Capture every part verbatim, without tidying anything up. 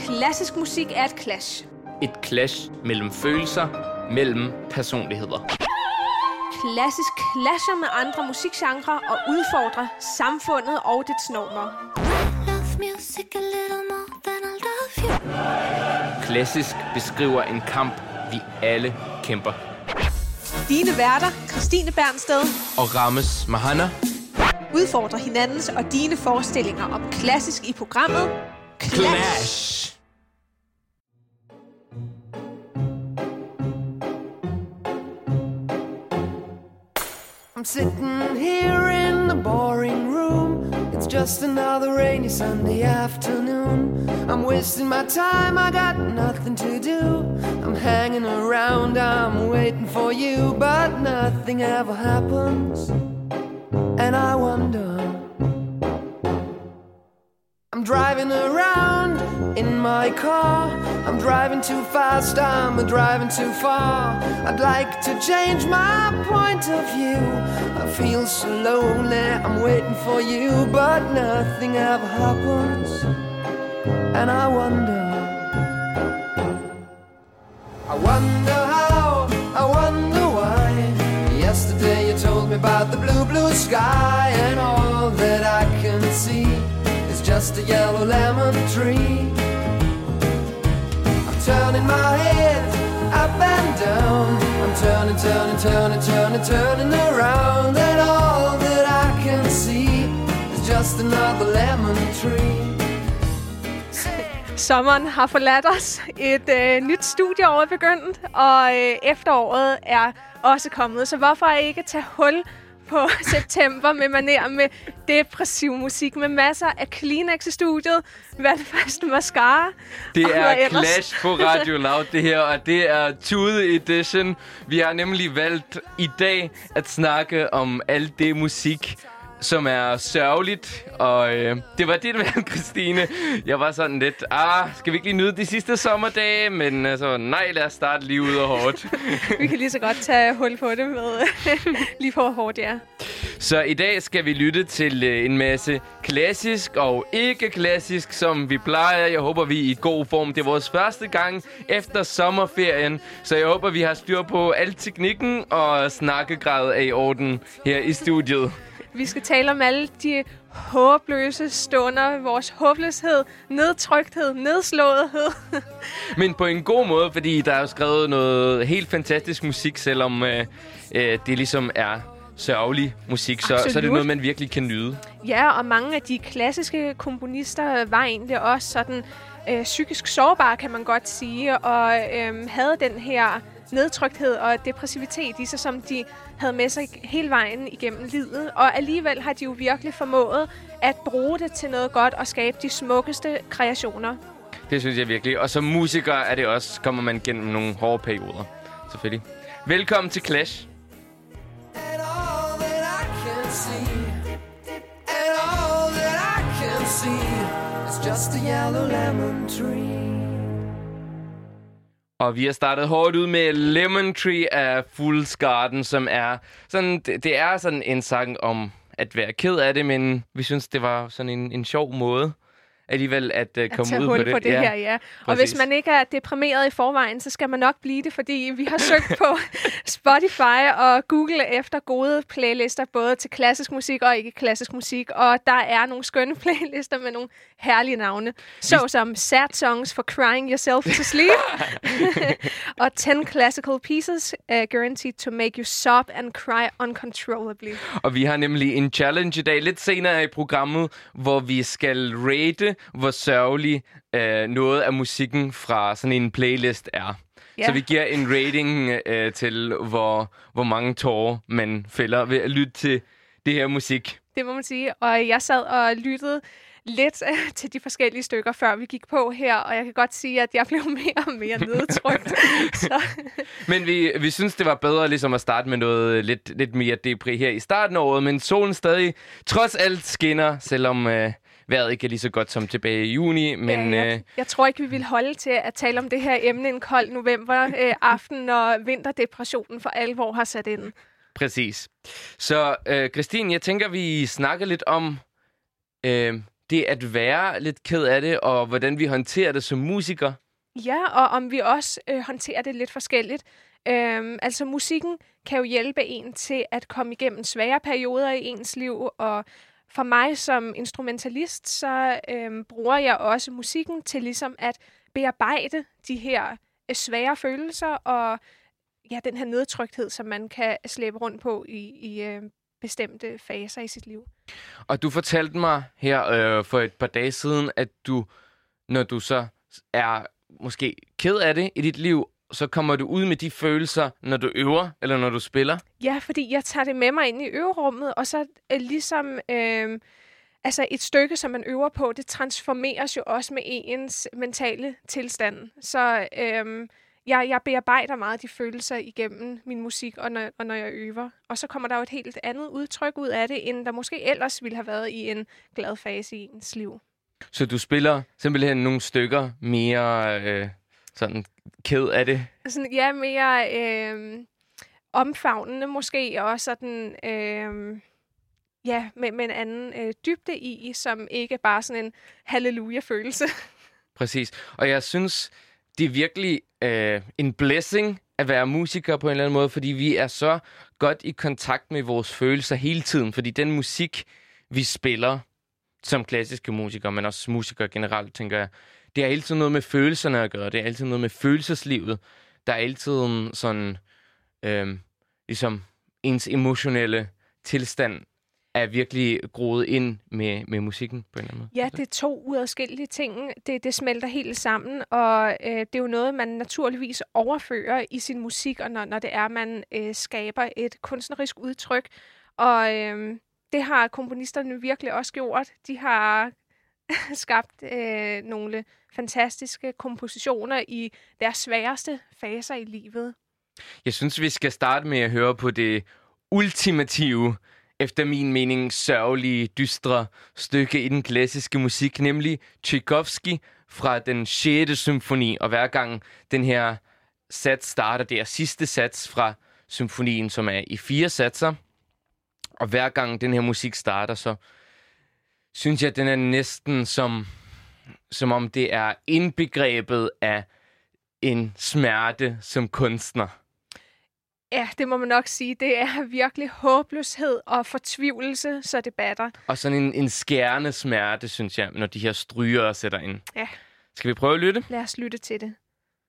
klassisk musik er et clash. Et clash mellem følelser, mellem personligheder. Klassisk clasher med andre musikgenrer og udfordrer samfundet og dets normer. Klassisk beskriver en kamp, vi alle kæmper. Dine værter, Kristine Bernsted og Rames Mahana, udfordrer hinandens og dine forestillinger om klassisk i programmet Clash. Clash. I'm sitting here in the boring room. It's just another rainy Sunday afternoon. I'm wasting my time, I got nothing to do. I'm hanging around, I'm waiting for you, but nothing ever happens. And I wonder, I'm driving around in my car. I'm driving too fast, I'm driving too far. I'd like to change my point of view. I feel so lonely, I'm waiting for you, but nothing ever happens. And I wonder, I wonder how, I wonder why. Yesterday you told me about the blue, blue sky, and all that I can see is just a yellow lemon tree. I'm turning my head up and down. I'm turning, turning, turning, turning, turning around, and all that I can see is just another lemon tree. Sommeren har forladt os. Et øh, nyt studieår er begyndt, og øh, efteråret er også kommet. Så hvorfor ikke tage hul på september med manér med depressiv musik, med masser af Kleenex i studiet, vandfast mascara. Det er Clash på Radio Loud, det her, og det er Tude Edition. Vi har nemlig valgt i dag at snakke om alt det musik, som er sørgeligt, og øh, det var det med Christine. Jeg var sådan lidt, ah, skal vi ikke lige nyde de sidste sommerdage? Men altså, nej, lad os starte lige ud og hårdt. Vi kan lige så godt tage hul på det med lige på hårdt, ja. Så i dag skal vi lytte til øh, en masse klassisk og ikke klassisk, som vi plejer. Jeg håber, vi er i god form. Det er vores første gang efter sommerferien, så jeg håber, vi har styr på al teknikken og snakkegrad er i orden her i studiet. Vi skal tale om alle de håbløse stunder, vores håbløshed, nedtrykthed, nedslåethed. Men på en god måde, fordi der er jo skrevet noget helt fantastisk musik, selvom øh, øh, det ligesom er sørgelig musik, så, så er det noget, man virkelig kan nyde. Ja, og mange af de klassiske komponister var egentlig også sådan øh, psykisk sårbare, kan man godt sige, og øh, havde den her nedtrykthed og depressivitet i sig, som de havde med sig hele vejen igennem livet. Og alligevel har de jo virkelig formået at bruge det til noget godt og skabe de smukkeste kreationer. Det synes jeg virkelig. Og som musiker er det også, kommer man gennem nogle hårde perioder. Selvfølgelig. Velkommen til Clash. And all that I can see, and all that I can see is just a yellow lemon tree. Og vi har startet hårdt ud med Lemon Tree af Fool's Garden, som er sådan, det, det er sådan en sang om at være ked af det, men vi synes, det var sådan en, en sjov måde alligevel at uh, komme at ud hul på det. på det ja, her, ja. Og præcis. hvis man ikke er deprimeret i forvejen, så skal man nok blive det, fordi vi har søgt på Spotify og Google efter gode playlister, både til klassisk musik og ikke klassisk musik. Og der er nogle skønne playlister med nogle herlige navne. Såsom Sad Songs for Crying Yourself to Sleep og ten Classical Pieces uh, Guaranteed to Make You Sob and Cry Uncontrollably. Og vi har nemlig en challenge i dag, lidt senere i programmet, hvor vi skal rate, hvor sørgelig øh, noget af musikken fra sådan en playlist er. Yeah. Så vi giver en rating øh, til, hvor, hvor mange tårer man fælder ved at lytte til det her musik. Det må man sige. Og jeg sad og lyttede lidt øh, til de forskellige stykker, før vi gik på her, og jeg kan godt sige, at jeg blev mere og mere nedtrykt. Så. Men vi, vi synes, det var bedre ligesom at starte med noget lidt, lidt mere depri her i starten af året, men solen stadig trods alt skinner, selvom øh, vejret ikke er lige så godt som tilbage i juni. Men, ja, jeg, øh, jeg tror ikke, vi vil holde til at tale om det her emne en kold november øh, aften, når vinterdepressionen for alvor har sat ind. Præcis. Så øh, Christine, jeg tænker, vi snakker lidt om øh, det at være lidt ked af det, og hvordan vi håndterer det som musikere. Ja, og om vi også øh, håndterer det lidt forskelligt. Øhm, altså musikken kan jo hjælpe en til at komme igennem svære perioder i ens liv, og for mig som instrumentalist, så øhm, bruger jeg også musikken til ligesom at bearbejde de her øh, svære følelser, og ja, den her nedtrykthed, som man kan slæbe rundt på i, i øh, bestemte faser i sit liv. Og du fortalte mig her øh, for et par dage siden, at du, når du så er måske ked af det i dit liv, så kommer du ud med de følelser, når du øver, eller når du spiller? Ja, fordi jeg tager det med mig ind i øverummet, og så øh, ligesom øh, altså et stykke, som man øver på, det transformeres jo også med ens mentale tilstand. Så øh, jeg, jeg bearbejder meget de følelser igennem min musik, og når, og når jeg øver. Og så kommer der jo et helt andet udtryk ud af det, end der måske ellers ville have været i en glad fase i ens liv. Så du spiller simpelthen nogle stykker mere øh, sådan ked af det? Sådan, ja, mere øh, omfavnende måske, og sådan, øh, ja, med, med en anden øh, dybde i, som ikke bare sådan en halleluja-følelse. Præcis. Og jeg synes, det er virkelig øh, en blessing at være musiker på en eller anden måde, fordi vi er så godt i kontakt med vores følelser hele tiden, fordi den musik, vi spiller som klassiske musikere, men også musikere generelt, tænker jeg, det er altid noget med følelserne at gøre. Det er altid noget med følelseslivet. Der er altid sådan, øh, ligesom ens emotionelle tilstand er virkelig groet ind med, med musikken på en eller anden måde. Ja, det er to uadskillelige ting. Det, det smelter helt sammen, og øh, det er jo noget, man naturligvis overfører i sin musik, og når, når det er, man øh, skaber et kunstnerisk udtryk. Og øh, det har komponisterne virkelig også gjort. De har skabt øh, nogle fantastiske kompositioner i deres sværeste faser i livet. Jeg synes, vi skal starte med at høre på det ultimative, efter min mening sørgelige, dystre stykke i den klassiske musik, nemlig Tchaikovsky fra den sjette symfoni. Og hver gang den her sats starter, det er sidste sats fra symfonien, som er i fire satser. Og hver gang den her musik starter, så synes jeg, at den er næsten som, som om det er indbegrebet af en smerte som kunstner. Ja, det må man nok sige. Det er virkelig håbløshed og fortvivlelse, så det batter. Og sådan en, en skærende smerte, synes jeg, når de her stryger sætter ind. Ja. Skal vi prøve at lytte? Lad os lytte til det.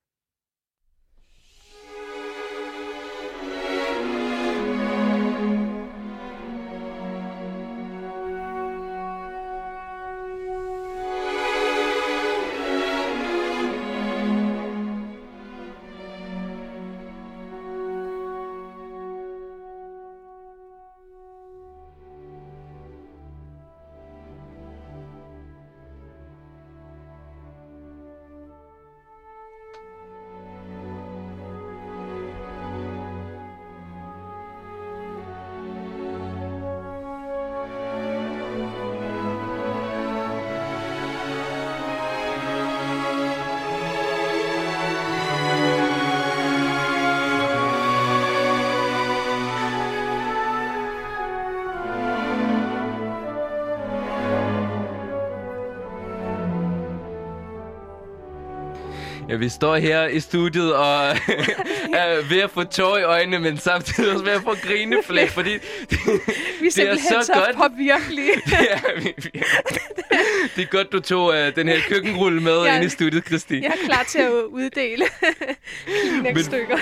Ja, vi står her i studiet og er ved at få tår i øjnene, men samtidig også ved at få grineflæk, fordi det, vi er det er så, så godt. Påvirkelige. det, er, vi, vi, det er godt, du tog uh, den her køkkenrulle med ja, ind i studiet, Kristi. Jeg er klar til at uddele Kleenex-stykker.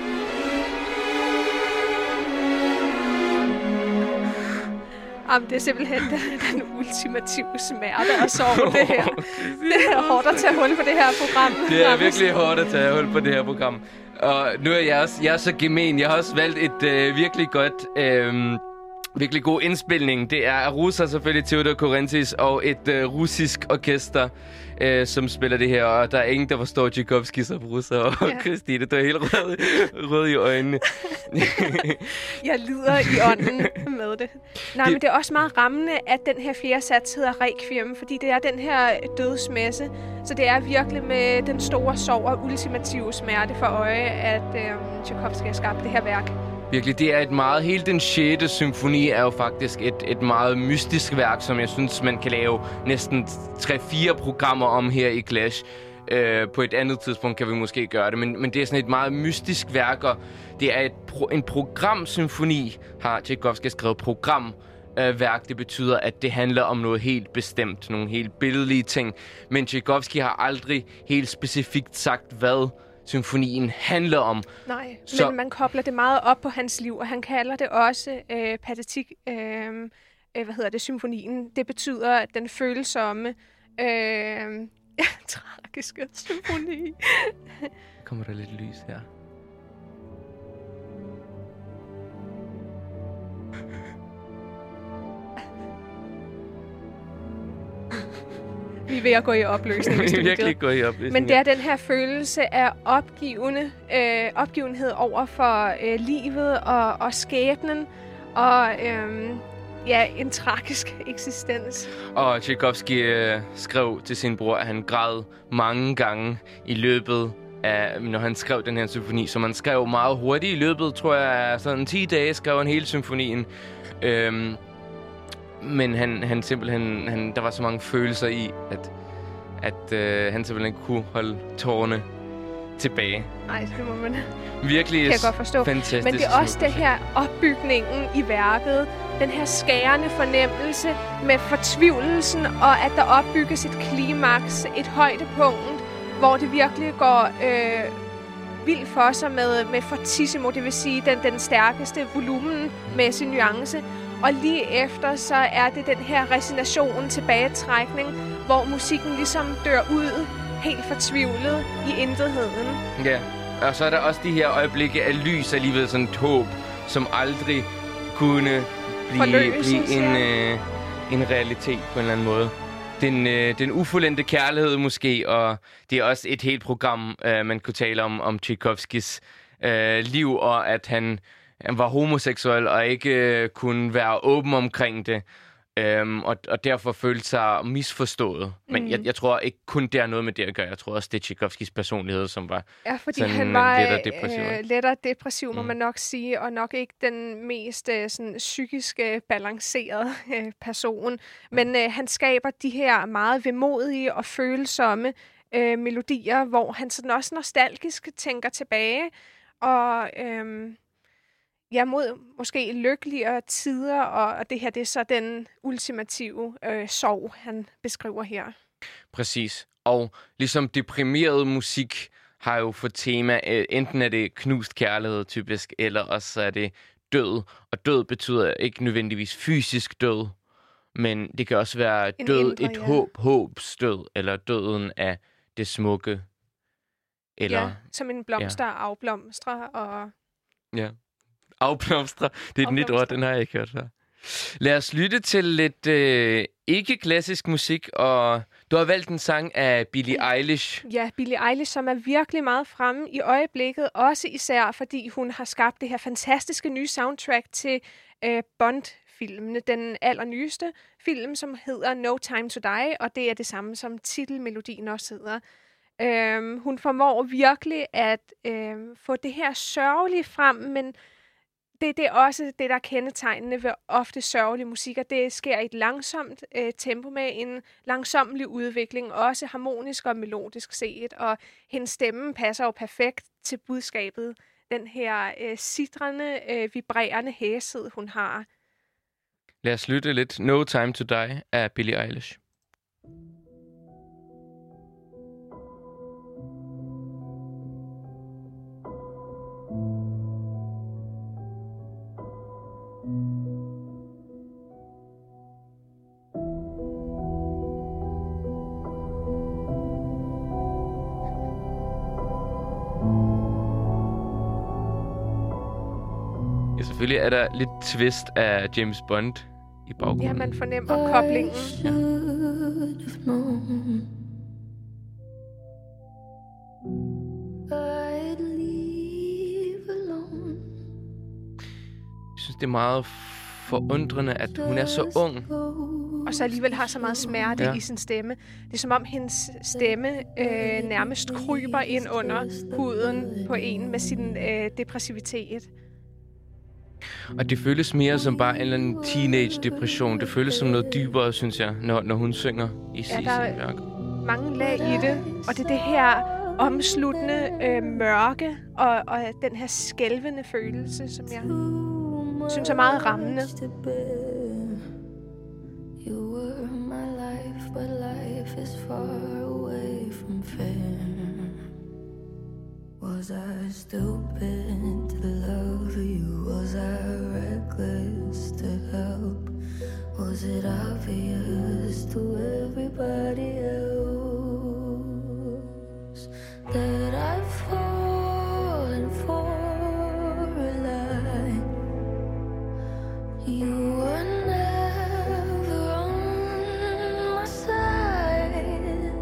Jamen, det er simpelthen den, den ultimative smerte og sorg, det her. Det er hårdt at tage hul på det her program. Det er virkelig hårdt at tage hul på det her program. Og nu er jeg også jeg er så gemen. Jeg har også valgt et øh, virkelig godt, øh, virkelig god indspilning. Det er Arusa selvfølgelig, Theodor Korinthis, og et øh, russisk orkester, øh, som spiller det her. Og der er ingen, der forstår Tchaikovsky som russer. Og ja. Christine, du er helt rød, rød i øjnene. Jeg lider i ånden med det. Nej, det... men det er også meget rammende, at den her fjerde sats hedder Requiem, fordi det er den her dødsmesse. Så det er virkelig med den store sorg og ultimative smerte for øje, at øh, Tchaikovsky har skabt det her værk. Virkelig, det er et meget... Hele den sjette symfoni er jo faktisk et, et meget mystisk værk, som jeg synes, man kan lave næsten tre-fire programmer om her i Clash. Øh, på et andet tidspunkt kan vi måske gøre det, men, men det er sådan et meget mystisk værk, og det er et pro, en programsymfoni, har Tchaikovsky skrevet program. Øh, værk. Det betyder, at det handler om noget helt bestemt, nogle helt billedlige ting. Men Tchaikovsky har aldrig helt specifikt sagt, hvad symfonien handler om. Nej, så... men man kobler det meget op på hans liv, og han kalder det også øh, patetik, øh, øh, hvad hedder det, symfonien. Det betyder, at den følsomme, øh, ja, tragiske symfoni. Kommer der lidt lys her? Vi er ved at gå i opløsning i studiet. Vi er virkelig gået i opløsning. Men det er den her følelse af opgivende, øh, opgivenhed over for øh, livet og, og skæbnen, og øh, ja, en tragisk eksistens. Og Tchaikovsky øh, skrev til sin bror, at han græd mange gange i løbet af, når han skrev den her symfoni. Så man skrev meget hurtigt i løbet, tror jeg, sådan ti dage skrev han hele symfonien. Øhm, Men han, han simpelthen, han, der var så mange følelser i, at, at øh, han simpelthen ikke kunne holde tårerne tilbage. Nej, det må man virkelig kan jeg godt forstå. Fantastisk. Men det er også det her opbygningen i værket, den her skærende fornemmelse med fortvivlelsen, og at der opbygges et klimaks, et højdepunkt, hvor det virkelig går øh, vildt for sig med, med fortissimo, det vil sige den, den stærkeste volumen med sin nuance. Og lige efter, så er det den her resignation, tilbagetrækning, hvor musikken ligesom dør ud, helt fortvivlet i intetheden. Ja, og så er der også de her øjeblikke af lys, alligevel sådan et håb, som aldrig kunne blive, blive en, øh, en realitet på en eller anden måde. Den, øh, den ufuldendte kærlighed måske, og det er også et helt program, øh, man kunne tale om, om Tchaikovskys øh, liv, og at han... Han var homoseksuel og ikke øh, kunne være åben omkring det, øhm, og, og derfor følte sig misforstået. Mm. Men jeg, jeg tror ikke kun det er noget med det at gøre. Jeg tror også, det er Tchaikovskys personlighed, som var ja, fordi sådan han var lettere depressiv. Øh, lettere depressiv, mm. må mm. man nok sige, og nok ikke den mest øh, sådan, psykisk øh, balancerede øh, person. Men øh, han skaber de her meget vemodige og følsomme øh, melodier, hvor han sådan også nostalgisk tænker tilbage, og... Øh, Ja, mod måske lykkeligere tider, og, og det her, det er så den ultimative øh, sorg, han beskriver her. Præcis. Og ligesom deprimeret musik har jo fået tema, øh, enten er det knust kærlighed typisk, eller også er det død. Og død betyder ikke nødvendigvis fysisk død, men det kan også være en død, indre, et ja. håb, håbsdød, eller døden af det smukke. Eller, ja, som en blomster ja. afblomstrer. Og... Ja. Afblomstre. Det er et nyt ord, den har jeg ikke hørt før. Lad os lytte til lidt øh, ikke-klassisk musik, og du har valgt en sang af Billie Eilish. Ja, Billie Eilish, som er virkelig meget fremme i øjeblikket, også især fordi hun har skabt det her fantastiske nye soundtrack til øh, Bond-filmene. Den allernyeste film, som hedder No Time to Die, og det er det samme, som titelmelodien også hedder. Øh, hun formår virkelig at øh, få det her sørgelige frem, men Det, det er også det, der er kendetegnende ved ofte sørgelig musik, og det sker i et langsomt øh, tempo med en langsomlig udvikling, også harmonisk og melodisk set, og hendes stemme passer jo perfekt til budskabet, den her øh, sidrende, øh, vibrerende hæshed, hun har. Lad os lytte lidt No Time to Die af Billie Eilish. Selvfølgelig er der lidt twist af James Bond i baggrunden. Ja, man fornemmer koblingen. Jeg synes, det er meget forundrende, at hun er så ung. Og så alligevel har så meget smerte ja. i sin stemme. Det er som om hendes stemme øh, nærmest kryber ind under huden på en med sin øh, depressivitet. Og det føles mere som bare en eller anden teenage-depression. Det føles som noget dybere, synes jeg, når, når hun synger i, ja, sit værk. Mange lag i det, og det er det her omsluttende øh, mørke og, og den her skælvende følelse, som jeg synes er meget rammende. You were my life, but life is far away from fair. Was I stupid to love you? Was I reckless to help? Was it obvious to everybody else that I've fallen for a lie? You were never on my side.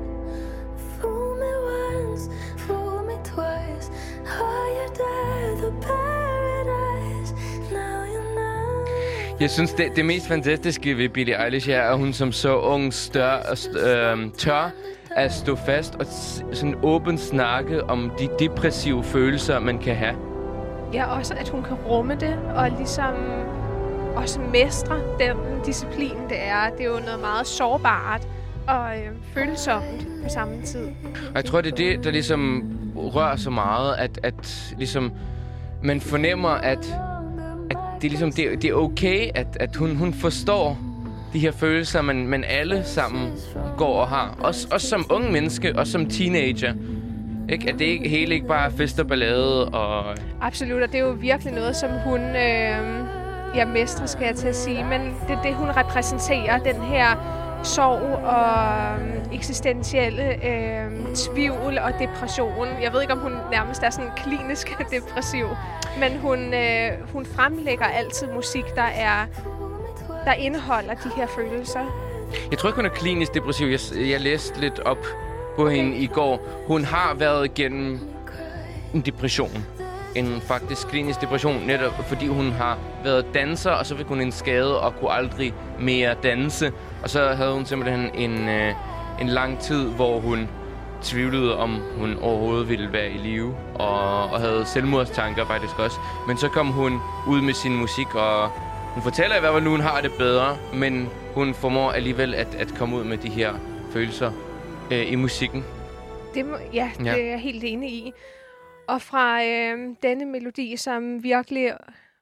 Fool me once, fool me twice. Are you dead, the paradise? Now you're not. Jeg synes, det, det mest fantastiske ved Billie Eilish er, at hun som så ung stør, øh, tør at stå fast og sådan åbent snakke om de depressive følelser, man kan have. Ja, også at hun kan rumme det, og ligesom også mestre den disciplin, det er. Det er jo noget meget sårbart og øh, følsomt på samme tid. Og jeg tror, det er det, der ligesom rører så meget, at, at ligesom man fornemmer, at, at det, er ligesom, det, det er okay, at, at hun, hun forstår de her følelser, man, man alle sammen går og har. Også, også som unge menneske, også som teenager. Ikke? At det ikke, hele ikke bare er fest og ballade. Og Absolut, og det er jo virkelig noget, som hun øh, ja, mestre, skal jeg til at sige. Men det er det, hun repræsenterer, den her sorg og øh, eksistentielle øh, tvivl og depression. Jeg ved ikke, om hun nærmest er sådan klinisk depressiv, men hun, øh, hun fremlægger altid musik, der er der indeholder de her følelser. Jeg tror ikke, hun er klinisk depressiv. Jeg, jeg læste lidt op på hende i går. Hun har været igennem en depression. En faktisk klinisk depression, netop fordi hun har været danser, og så fik hun en skade og kunne aldrig mere danse. Og så havde hun simpelthen en, øh, en lang tid, hvor hun tvivlede, om hun overhovedet ville være i live, og, og havde selvmordstanker faktisk også. Men så kom hun ud med sin musik, og hun fortæller i hvert fald nu, hun har det bedre, men hun formår alligevel at, at komme ud med de her følelser øh, i musikken. Det må, ja, det ja. er jeg helt enig i. Og fra øh, denne melodi, som virkelig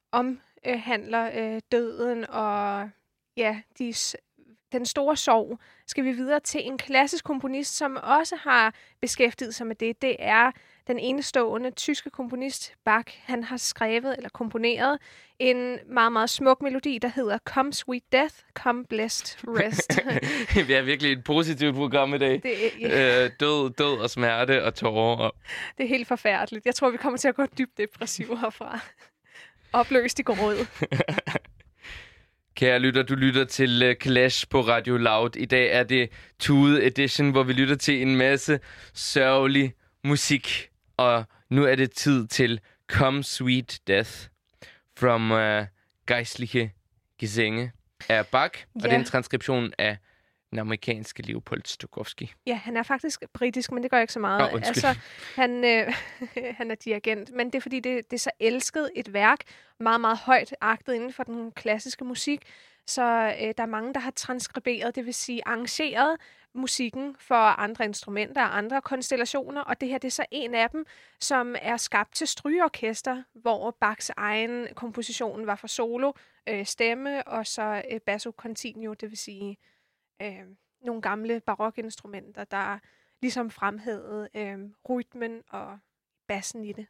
omhandler øh, døden og ja, de, den store sorg, skal vi videre til en klassisk komponist, som også har beskæftiget sig med det. Det er den enestående tyske komponist Bach. Han har skrevet eller komponeret en meget, meget smuk melodi, der hedder Come Sweet Death, Come Blessed Rest. Vi er virkelig et positivt program i dag. Det er, ja. øh, død, død og smerte og tårer. Og det er helt forfærdeligt. Jeg tror, vi kommer til at gå dybt depressive herfra. Opløst i gråd. Kære lytter, du lytter til Clash på Radio Loud. I dag er det Tude Edition, hvor vi lytter til en masse sørgelig musik. Og nu er det tid til Come Sweet Death from uh, Geistliche Gesänge af Bach. Yeah. Og det er en transkription af den amerikanske Leopold Stokowski. Ja, han er faktisk britisk, men det gør ikke så meget. Oh, altså, han, øh, han er dirigent, men det er fordi, det, det er så elsket et værk, meget, meget højt agtet inden for den klassiske musik. Så øh, der er mange, der har transkriberet, det vil sige arrangeret musikken for andre instrumenter og andre konstellationer, og det her det er så en af dem, som er skabt til strygeorkester, hvor Bachs egen komposition var for solo, øh, stemme og så øh, basso continuo, det vil sige øh, nogle gamle barokinstrumenter, der ligesom fremhævede øh, rytmen og bassen i det.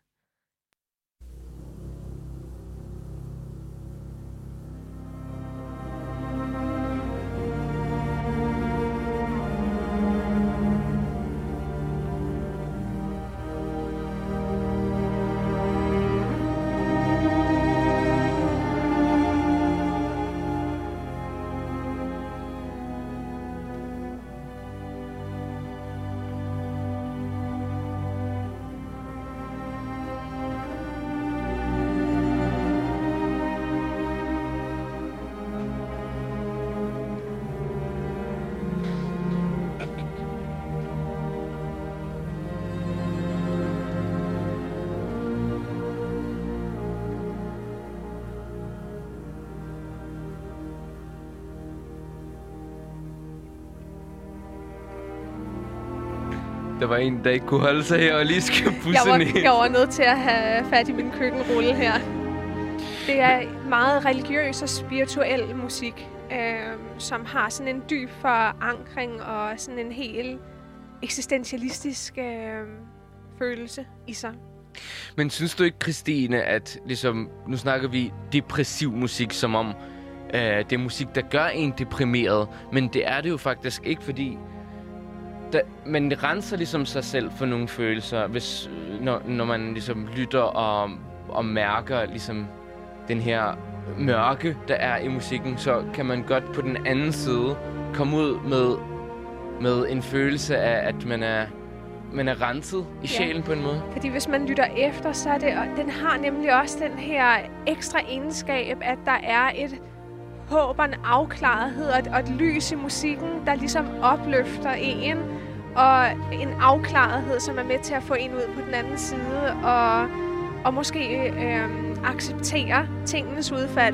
Der var en, der ikke kunne holde sig her og lige skal pusse jeg var, ned. jeg var nødt til at have fat i min køkkenrulle her. Det er meget religiøs og spirituel musik, øh, som har sådan en dyb forankring og sådan en helt eksistentialistisk øh, følelse i sig. Men synes du ikke, Christine, at ligesom, nu snakker vi depressiv musik, som om øh, det er musik, der gør en deprimeret, men det er det jo faktisk ikke, fordi der, man renser ligesom sig selv for nogle følelser, hvis, når, når man ligesom lytter og, og mærker ligesom den her mørke, der er i musikken, så kan man godt på den anden side komme ud med, med en følelse af, at man er man er renset i sjælen ja. På en måde. Fordi hvis man lytter efter, så er det, og den har nemlig også den her ekstra egenskab, at der er et håb og en afklarethed og et, og et lys i musikken, der ligesom opløfter en, og en afklarethed, som er med til at få en ud på den anden side, og, og måske øh, acceptere tingenes udfald.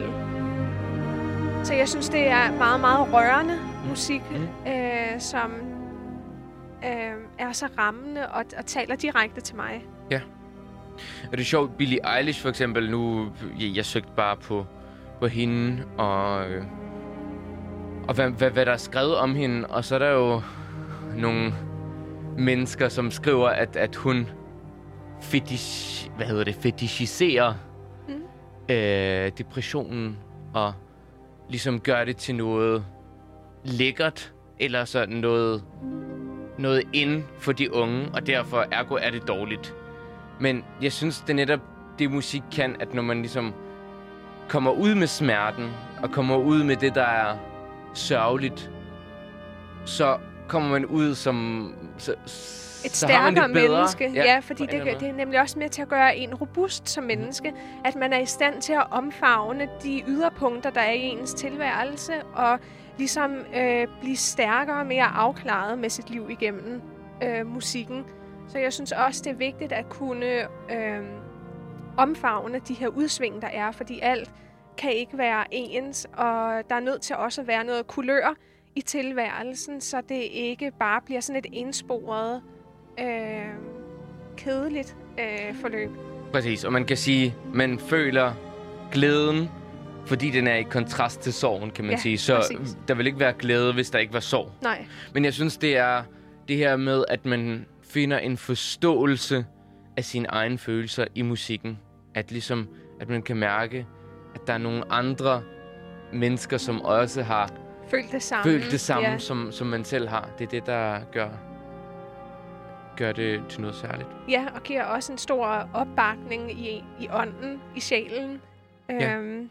Så jeg synes, det er meget, meget rørende musik, mm. øh, som øh, er så rammende og, og taler direkte til mig. Ja. Og det er sjovt, Billie Eilish for eksempel, nu, jeg, jeg søgte bare på, på hende, og, øh, og hvad, hvad, hvad der er skrevet om hende, og så er der jo nogle mennesker, som skriver, at, at hun fetish, hvad hedder det, fetishiserer mm. øh, depressionen, og ligesom gør det til noget lækkert, eller sådan noget, noget ind for de unge, og derfor ergo er det dårligt. Men jeg synes, det netop det musik kan, at når man ligesom kommer ud med smerten, og kommer ud med det, der er sørgeligt, så kommer man ud som så, et så har man stærkere det bedre. menneske. Ja, ja fordi det, det det er nemlig også med til at gøre en robust som menneske. At man er i stand til at omfavne de yderpunkter, der er i ens tilværelse, og ligesom øh, blive stærkere og mere afklaret med sit liv igennem øh, musikken. Så jeg synes også, det er vigtigt at kunne øh, omfavne de her udsving, der er, fordi alt kan ikke være ens, og der er nødt til også at være noget kulør i tilværelsen, så det ikke bare bliver sådan et ensporet, øh, kedeligt øh, forløb. Præcis, og man kan sige, man føler glæden, fordi den er i kontrast til sorgen, kan man ja, sige. Så præcis. Der vil ikke være glæde, hvis der ikke var sorg. Nej. Men jeg synes, det er det her med, at man finder en forståelse af sine egne følelser i musikken. At ligesom, at man kan mærke, at der er nogle andre mennesker, som også har følt det samme, følt det samme ja. som, som man selv har. Det er det, der gør, gør det til noget særligt. Ja, og giver også en stor opbakning i, i ånden, i sjælen. Ja. Øhm,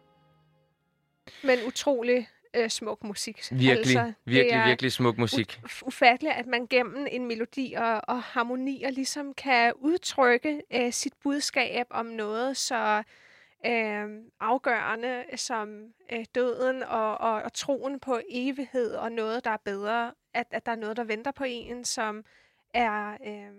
men utrolig øh, smuk musik. Virkelig, altså, virkelig, virkelig smuk musik. U- ufatteligt, at man gennem en melodi og, og harmonier ligesom kan udtrykke øh, sit budskab om noget så øh, afgørende som øh, døden og, og, og troen på evighed og noget, der er bedre. At, at der er noget, der venter på en, som er, øh,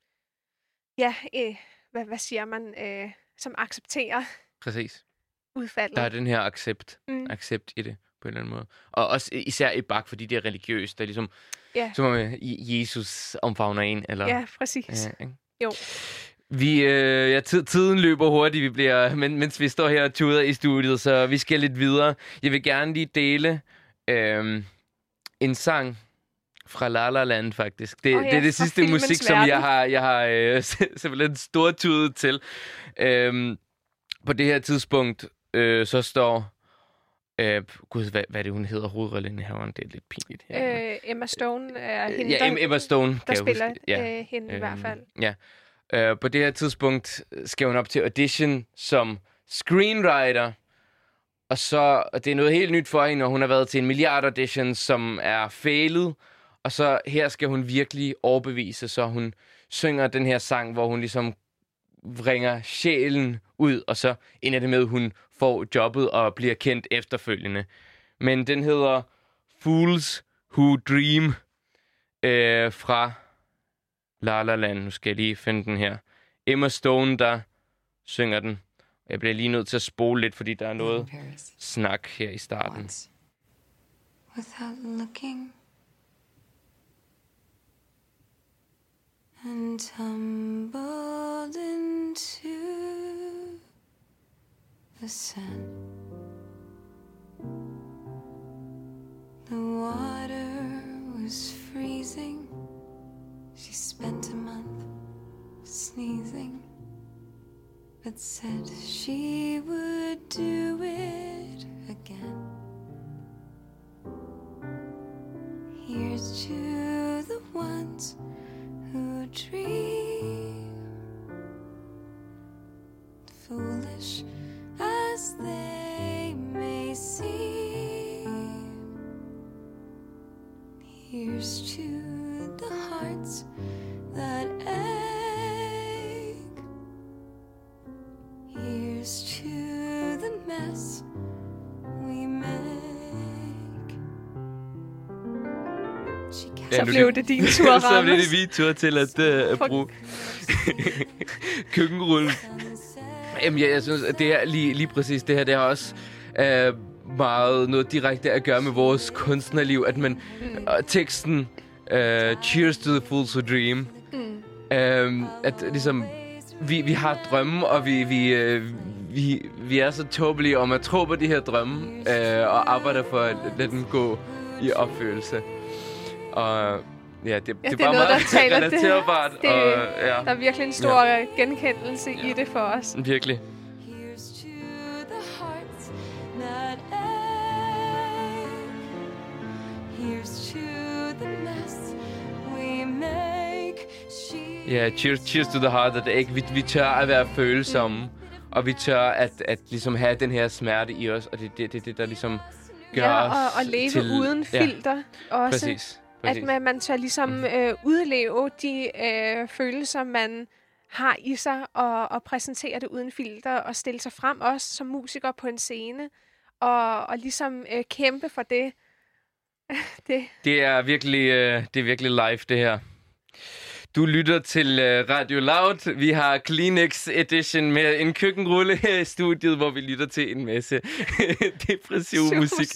ja, øh, hvad, hvad siger man, øh, som accepterer Præcis. udfaldet. Der er den her accept, mm. accept i det, på en eller anden måde. Og også især i Bach, fordi det er religiøst. Det er ligesom, ja. som om Jesus omfavner en. Eller, ja, præcis. Øh, jo. Vi, øh, ja, tid, tiden løber hurtigt, vi bliver, men, mens vi står her og tuder i studiet, så vi skal lidt videre. Jeg vil gerne lige dele øh, en sang fra La La Land, faktisk. Det, oh ja, det er det sidste musik, verden. som jeg har, jeg har øh, simpelthen stortudet til. Øh, på det her tidspunkt, øh, så står... Øh, Gud, hvad, hvad er det, hun hedder? Hovedrollen her, det er lidt pinligt. Her. Øh, Emma Stone er hende, ja, der, Emma Stone, der spiller ja. øh, hende øh, i hvert fald. Ja. Øh, på det her tidspunkt skal hun op til audition som screenwriter. Og så, og det er noget helt nyt for hende, og hun har været til en milliard auditions, som er failet. Og så her skal hun virkelig overbevise, så hun synger den her sang, hvor hun ligesom vringer sjælen ud, og så ender det med, at hun får jobbet og bliver kendt efterfølgende. Men den hedder Fools Who Dream øh, fra La La Land. Nu skal jeg lige finde den her. Emma Stone, der synger den. Jeg bliver lige nødt til at spole lidt, fordi der er noget snak her i starten. Once. Without looking, and tumbled into the sun. The water was freezing. She spent a month sneezing, but said she would do it again. Here's to the ones who dream, foolish as they may seem. Here's to the hearts that ache. Here's to the mess we make. Så blev det din tur, Ramos. Så blev det min tur til at uh, bruge køkkenrulle. Jamen, jeg, jeg synes, at det er lige, lige præcis det her, det har også uh, meget noget direkte at gøre med vores kunstnerliv, at man, mm. uh, teksten, uh, cheers to the fools who dream, mm. uh, at ligesom, vi, vi har drømme, og vi, vi, uh, vi, vi er så tåbelige om at tro på de her drømme, uh, og arbejder for at lade dem gå i opfyldelse. Og ja, det, ja, det, det er bare noget, meget der taler relaterbart. Det, og, ja. Der er virkelig en stor ja. genkendelse ja. i det for os. Virkelig. Ja, yeah, cheers, cheers to the heart that ache. Vi, vi tør at være følsomme, mm. og vi tør at, at ligesom have den her smerte i os, og det er det, det, det, der ligesom gør ja, os og, og leve til, uden filter ja, også. Præcis, præcis. At man, man tør ligesom mm. øh, udleve de øh, følelser, man har i sig, og, og præsentere det uden filter, og stille sig frem også som musiker på en scene, og, og ligesom øh, kæmpe for det. det. Det er virkelig, øh, det er virkelig live, det her. Du lytter til uh, Radio Loud. Vi har Kleenex Edition med en køkkenrulle her i studiet, hvor vi lytter til en masse depressiv musik.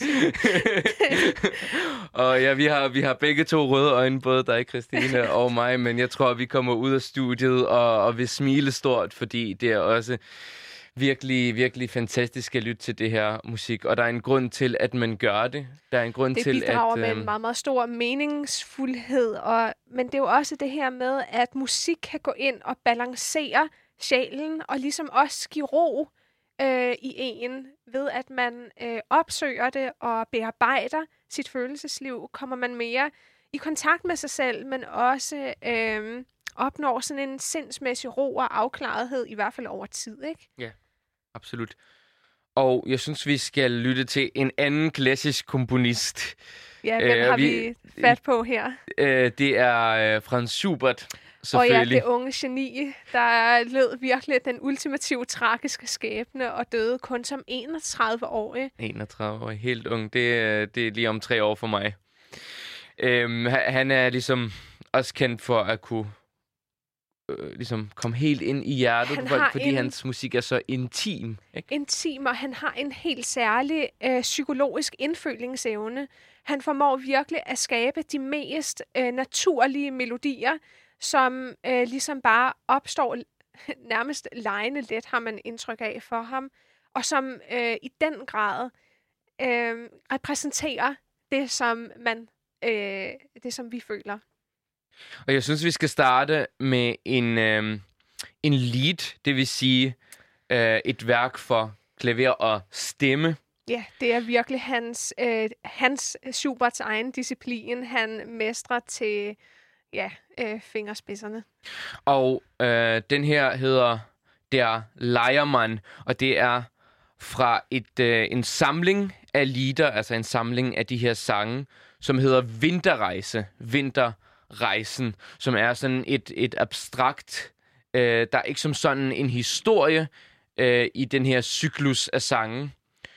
Og ja, vi har, vi har begge to røde øjne, både dig, Christine, og mig, men jeg tror, vi kommer ud af studiet og, og vil smile stort, fordi det er også virkelig, virkelig fantastisk at lytte til det her musik. Og der er en grund til, at man gør det. Der er en grund det til, at... Det bidrager med en meget, meget stor meningsfuldhed. Og, men det er jo også det her med, at musik kan gå ind og balancere sjælen, og ligesom også give ro øh, i en, ved at man øh, opsøger det og bearbejder sit følelsesliv. Kommer man mere i kontakt med sig selv, men også øh, opnår sådan en sindsmæssig ro og afklarethed, i hvert fald over tid, ikke? Ja. Absolut. Og jeg synes, vi skal lytte til en anden klassisk komponist. Ja, hvem øh, har vi, vi fat på her? Øh, det er øh, Franz Schubert, og ja, det unge geni, der lød virkelig den ultimative tragiske skæbne og døde kun som enogtredive-årig. enogtredive-årig, helt ung. Det, det er lige om tre år for mig. Øhm, han er ligesom også kendt for at kunne øh, ligesom komme helt ind i hjertet, for, fordi en, hans musik er så intim. Ikke? Intim, og han har en helt særlig øh, psykologisk indfølingsevne. Han formår virkelig at skabe de mest øh, naturlige melodier, som øh, ligesom bare opstår nærmest legende let, har man indtryk af for ham, og som øh, i den grad øh, repræsenterer det, som man, øh, det, som vi føler. Og jeg synes, vi skal starte med en, øh, en lead, det vil sige øh, et værk for klaver og stemme. Ja, det er virkelig hans, øh, hans Schuberts egen disciplin. Han mestrer til ja, øh, fingerspidserne. Og øh, den her hedder Der Leiermann, og det er fra et, øh, en samling af lieder, altså en samling af de her sange, som hedder Vinterrejse, Vinterrejsen, som er sådan et, et abstrakt, øh, der er ikke som sådan en historie øh, i den her cyklus af sange,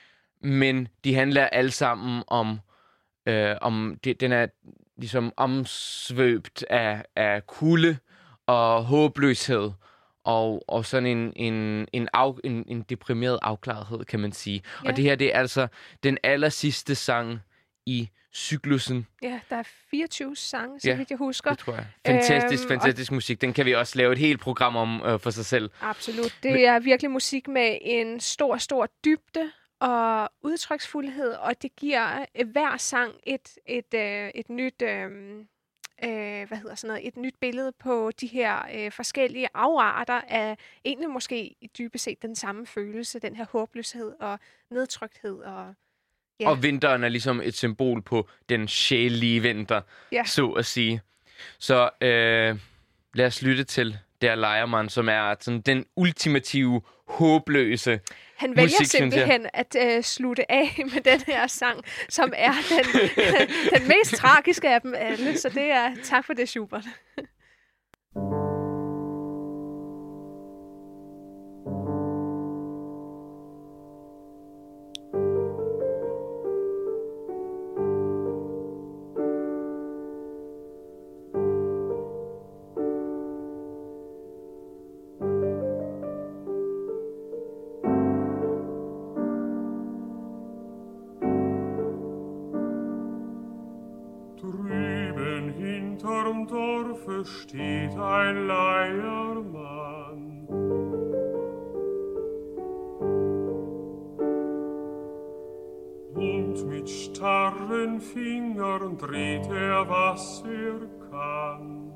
men de handler alle sammen om, øh, om det, den er ligesom omsvøbt af, af kulde og håbløshed, og, og sådan en, en, en, af, en, en deprimeret afklarethed, kan man sige. Ja. Og det her, det er altså den aller sidste sang i cyklusen. Ja, der er fireogtyve sange, så ja, vidt jeg husker. det tror jeg. Fantastisk, øhm, fantastisk og... musik. Den kan vi også lave et helt program om øh, for sig selv. Absolut. Det er virkelig musik med en stor, stor dybde og udtryksfuldhed, og det giver hver sang et, et, øh, et nyt... Øh, Øh, hvad hedder sådan noget, et nyt billede på de her øh, forskellige afarter af egentlig måske i dybest set den samme følelse, den her håbløshed og nedtrykthed. Og, ja. og vinteren er ligesom et symbol på den sjælige vinter, ja. så at sige. Så øh, lad os lytte til Der Lejermann, som er sådan den ultimative, håbløse Han vælger musik, simpelthen at øh, slutte af med den her sang, som er den, den mest tragiske af dem alle. Så det er tak for det, Schubert. Steht ein Leiermann. Und mit starren Fingern dreht er, was er kann.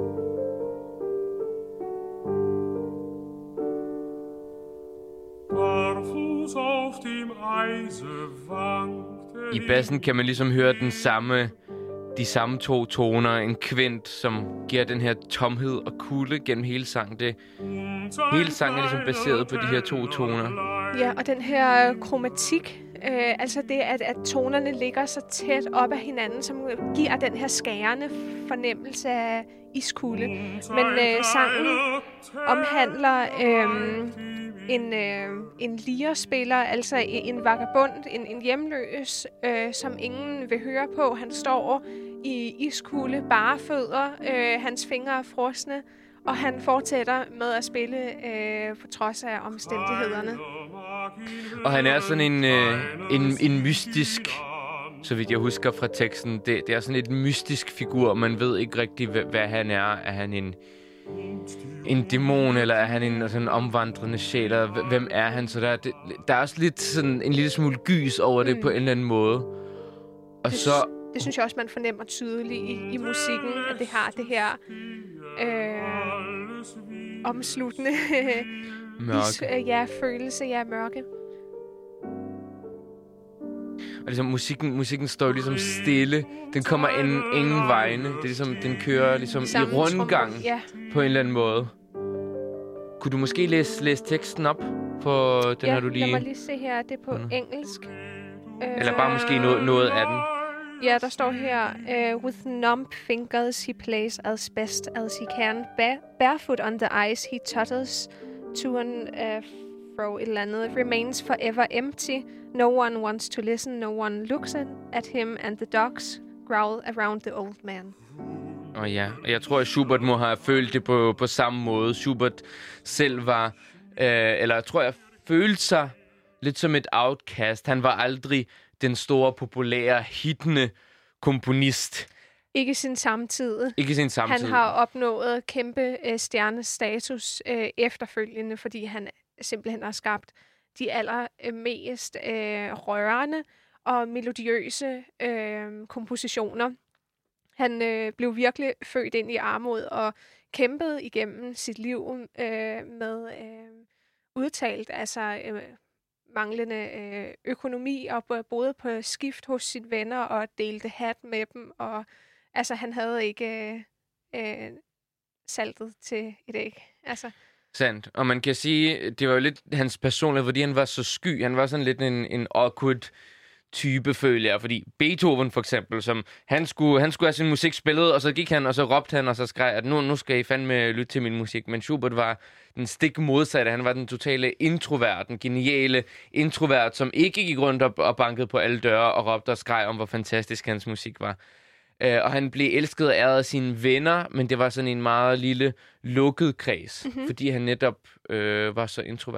Barfuß auf dem Eise wankt er. I bassen kan man ligesom høre den samme de samme to toner, en kvint, som giver den her tomhed og kulde gennem hele sangen. Det, hele sangen er ligesom baseret på de her to toner. Ja, og den her kromatik, øh, altså det, at, at tonerne ligger så tæt op ad hinanden, som giver den her skærende fornemmelse af iskulde. Men øh, sangen omhandler øh, en, øh, en lirespiller, altså en vagabond, en, en hjemløs, øh, som ingen vil høre på. Han står i iskulde, bare fødder, øh, hans fingre er frosne, og han fortsætter med at spille øh, på trods af omstændighederne. Og han er sådan en, øh, en, en mystisk, så vidt jeg husker fra teksten, det, det er sådan et mystisk figur. Man ved ikke rigtig, hvad, hvad han er. Er han en, en dæmon, eller er han en sådan omvandrende sjæl? Eller hvem er han? Så der, det, der er også lidt sådan en lille smule gys over det mm. på en eller anden måde. Og det, så... Det synes jeg også, man fornemmer tydeligt i, i musikken, at det har det her øh, omsluttende is, øh, ja, følelse, ja, mørke. Og ligesom, musikken, musikken står ligesom stille. Den kommer ingen, ingen vegne. Det er ligesom, den kører ligesom i rundgang ja. på en eller anden måde. Kunne du måske læse, læse teksten op på den ja, her, du lige... Ja, lad mig lige se her. Det er på mm. engelsk. Eller bare måske noget, noget af den. Ja, der står her, uh, with numb fingers he plays as best as he can. Ba- barefoot on the ice he totters to and uh, fro et eller andet. Remains forever empty. No one wants to listen. No one looks at him. And the dogs growl around the old man. Og oh, ja, og jeg tror, at Schubert må have følt det på, på samme måde. Schubert selv var, øh, eller jeg tror, jeg følte sig lidt som et outcast. Han var aldrig den store, populære, hittende komponist. Ikke sin samtid. Ikke sin samtid. Han har opnået kæmpe øh, stjernestatus øh, efterfølgende, fordi han simpelthen har skabt de allermest øh, rørende og melodiøse øh, kompositioner. Han øh, blev virkelig født ind i armod og kæmpede igennem sit liv øh, med øh, udtalt, altså øh, manglende øh, økonomi, og boede på skift hos sine venner og delte hat med dem. Og altså, han havde ikke øh, øh, saltet til et æg. Altså. Sandt. Og man kan sige, det var jo lidt hans personlighed, fordi han var så sky. Han var sådan lidt en, en awkward type, føler jeg. Fordi Beethoven for eksempel, som han skulle, han skulle have sin musik spillet, og så gik han, og så råbte han, og så skreg, at nu, nu skal I fandme lytte til min musik. Men Schubert var den stik modsatte. Han var den totale introvert, den geniale introvert, som ikke gik rundt og, og bankede på alle døre og råbte og skreg om, hvor fantastisk hans musik var. Uh, og han blev elsket og æret af sine venner, men det var sådan en meget lille, lukket kreds, mm-hmm. fordi han netop uh, var så introvert.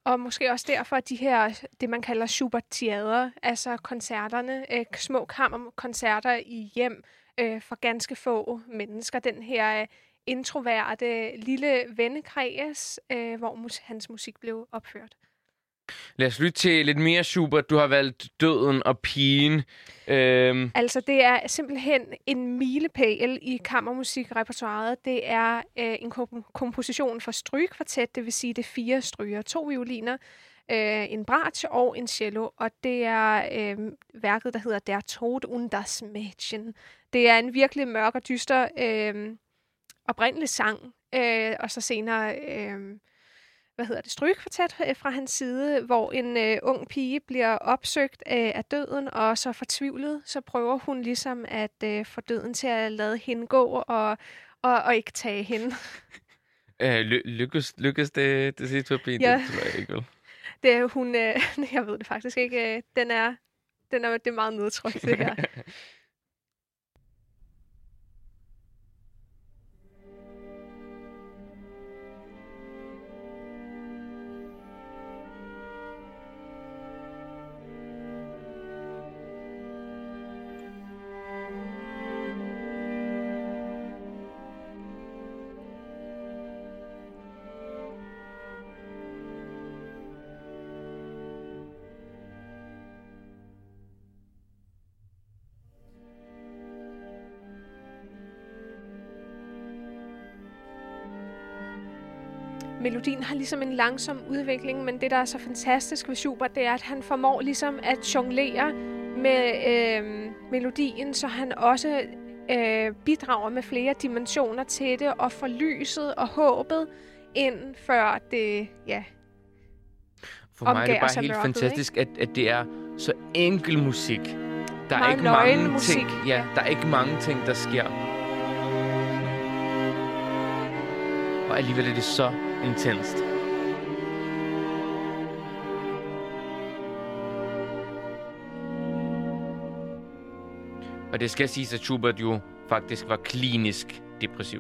Og måske også derfor, at de her, det man kalder Schubertiader, altså koncerterne, øh, små kammerkoncerter i hjem øh, for ganske få mennesker. Den her øh, introverte lille vennekreds, øh, hvor mus- hans musik blev opført. Lad os lytte til lidt mere Schubert. Du har valgt Døden og pigen. Øhm. Altså, det er simpelthen en milepæl i kammermusikrepertoiret. Det er øh, en kom- komposition for strygekvartet, det vil sige, det er fire stryger, to violiner, øh, en bratsch og en cello. Og det er øh, værket, der hedder Der Tod und das Mädchen. Det er en virkelig mørk og dyster øh, oprindelig sang, øh, og så senere... Øh, hvad hedder det, strygekvartet fra hans side, hvor en øh, ung pige bliver opsøgt øh, af døden, og så fortvivlet, så prøver hun ligesom at øh, få døden til at lade hende gå, og, og, og ikke tage hende. Øh, ly- lykkes, lykkes det, det sidste på ja. Det tror jeg ikke, vel? Det er hun, øh, jeg ved det faktisk ikke, den er, den er, det er meget nedtrykt, det her. Melodien har ligesom en langsom udvikling, men det, der er så fantastisk ved Schubert, det er, at han formår ligesom at jonglere med øh, melodien, så han også øh, bidrager med flere dimensioner til det, og får lyset og håbet ind, før det, ja, For mig er det bare helt mørket, fantastisk, at, at det er så enkel musik. Der er ikke mange musik. ting, ja, der er ikke mange ting, der sker. Og alligevel er det så intenst. Og det skal siges, at Schubert jo faktisk var klinisk depressiv.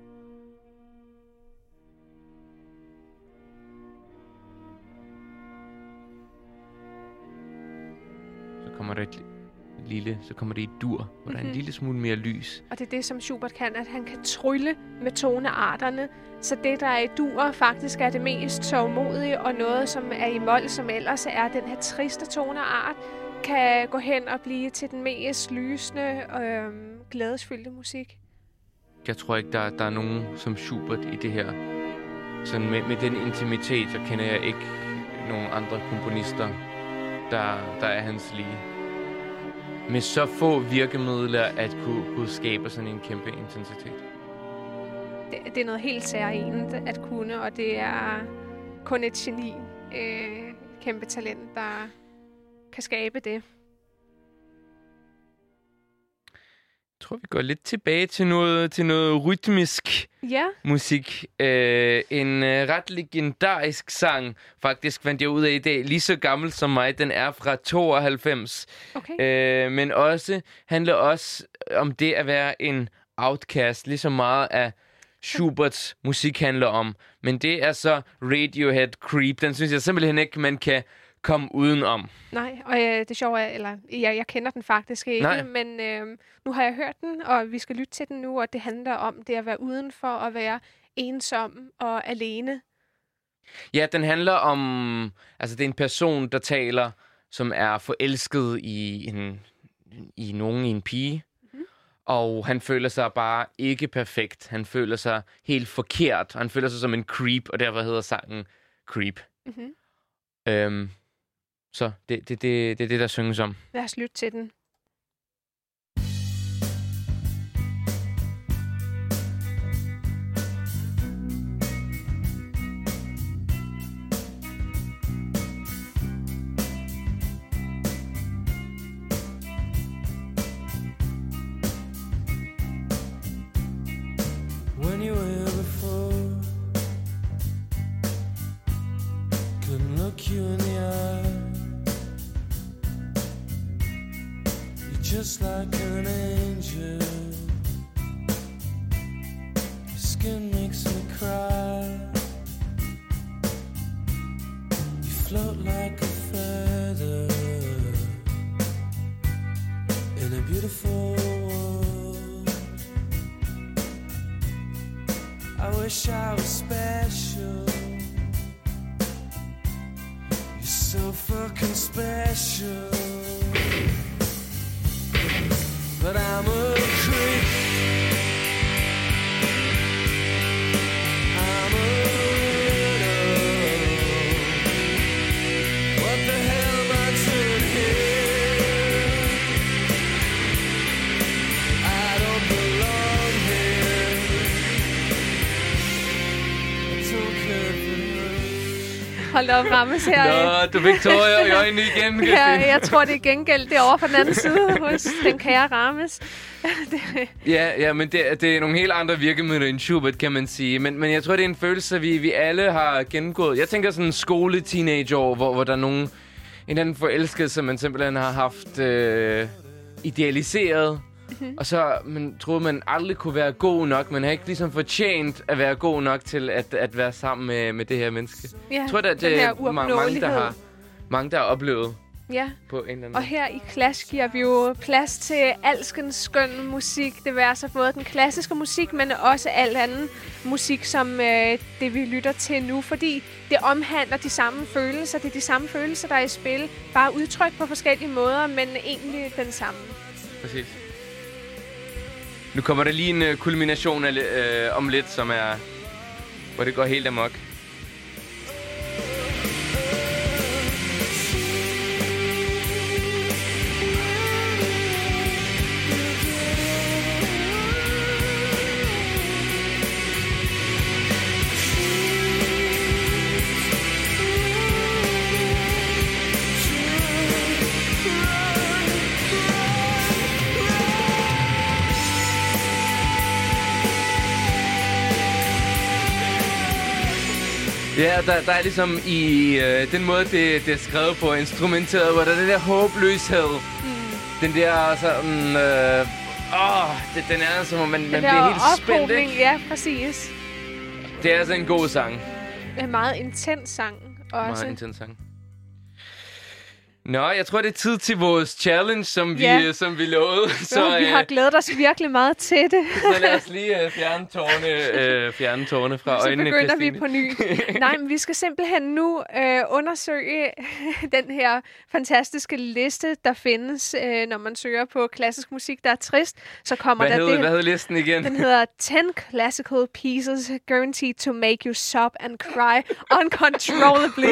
Så kommer der et lille, så kommer det i dur, hvor mm-hmm. der er en lille smule mere lys. Og det er det, som Schubert kan, at han kan trylle med tonearterne, så det, der er i dur, faktisk er det mest sørgmodige, og noget, som er i mol, som ellers er den her triste toneart, kan gå hen og blive til den mest lysende og øhm, glædesfyldte musik. Jeg tror ikke, der, der er nogen som Schubert i det her. Sådan med, med den intimitet, så kender jeg ikke nogen andre komponister, der, der er hans lige. Med så få virkemidler at kunne, kunne skabe sådan en kæmpe intensitet. Det, det er noget helt særegent at kunne, og det er kun et geni, øh, kæmpe talent, der kan skabe det. Jeg tror, vi går lidt tilbage til noget, til noget rytmisk ja. musik. Øh, en øh, ret legendarisk sang, faktisk fandt jeg ud af i dag, lige så gammel som mig. Den er fra tooghalvfems. Okay. Øh, men også handler også om det at være en outcast, lige så meget af Schuberts musik handler om. Men det er så Radiohead Creep. Den synes jeg simpelthen ikke, man kan komme udenom. Nej, og øh, det sjove er, eller jeg, jeg kender den faktisk ikke, Nej. men øh, nu har jeg hørt den, og vi skal lytte til den nu, og det handler om det at være udenfor og være ensom og alene. Ja, den handler om, altså det er en person, der taler, som er forelsket i en, i nogen, i en pige, mm-hmm. og han føler sig bare ikke perfekt. Han føler sig helt forkert, og han føler sig som en creep, og derfor hedder sangen Creep. Mm-hmm. Øhm, Så det, det, det, det er det, der synges om. Lad os lytte til den. When you were here before, couldn't look you in the eye. Just like an angel, your skin makes me cry. I wish I was special. You're so fucking special. But I'm a creep. I'm a widow. What the hell am I doing here? I don't belong here. I don't care if it hurts. Hold op, Rammes her. Nå, du fik tårer i øjnene igen, Ja, jeg tror, det er gengæld derovre på den anden side hos den kære Rammes. Ja, ja, men det, det er nogle helt andre virkemidler end Schubert, kan man sige. Men, men jeg tror, det er en følelse, vi, vi alle har gennemgået. Jeg tænker sådan skole-teenageår, hvor, hvor der er nogen, en eller anden forelskelse, man simpelthen har haft øh, idealiseret. Mm-hmm. Og så man troede, man aldrig kunne være god nok. Man har ikke ligesom fortjent at være god nok til at, at være sammen med, med det her menneske. Ja, jeg tror, at det er ma- mange, der har, mange, der har oplevet. Ja, på en eller anden og her i Clash giver vi jo plads til alskens skøn musik. Det vil altså både den klassiske musik, men også al anden musik, som øh, det vi lytter til nu. Fordi det omhandler de samme følelser. Det er de samme følelser, der er i spil. Bare udtrykt på forskellige måder, men egentlig den samme. Præcis. Nu kommer der lige en uh, kulmination af, uh, om lidt, som er, hvor det går helt amok. Ja, der, der er ligesom i øh, den måde, det, det er skrevet på, instrumenteret, hvor der er den der håbløshed. Mm. Den der sådan... Øh, åh, det, den er som, man, man bliver helt spændt, ikke? Ja, præcis. Det er altså en god sang. En meget intens sang også. Meget intens sang. Nå, jeg tror, det er tid til vores challenge, som vi, ja. som vi lovede. Så, jo, vi har glædet os virkelig meget til det. Så lad os lige uh, fjerne tårne, uh, fjerne tårne fra så øjnene, Så begynder Christine. vi på ny. Nej, men vi skal simpelthen nu uh, undersøge den her fantastiske liste, der findes, uh, når man søger på klassisk musik, der er trist. Så kommer hvad der hed, det. Hvad hed listen igen? Den hedder ten classical pieces guaranteed to make you sob and cry uncontrollably.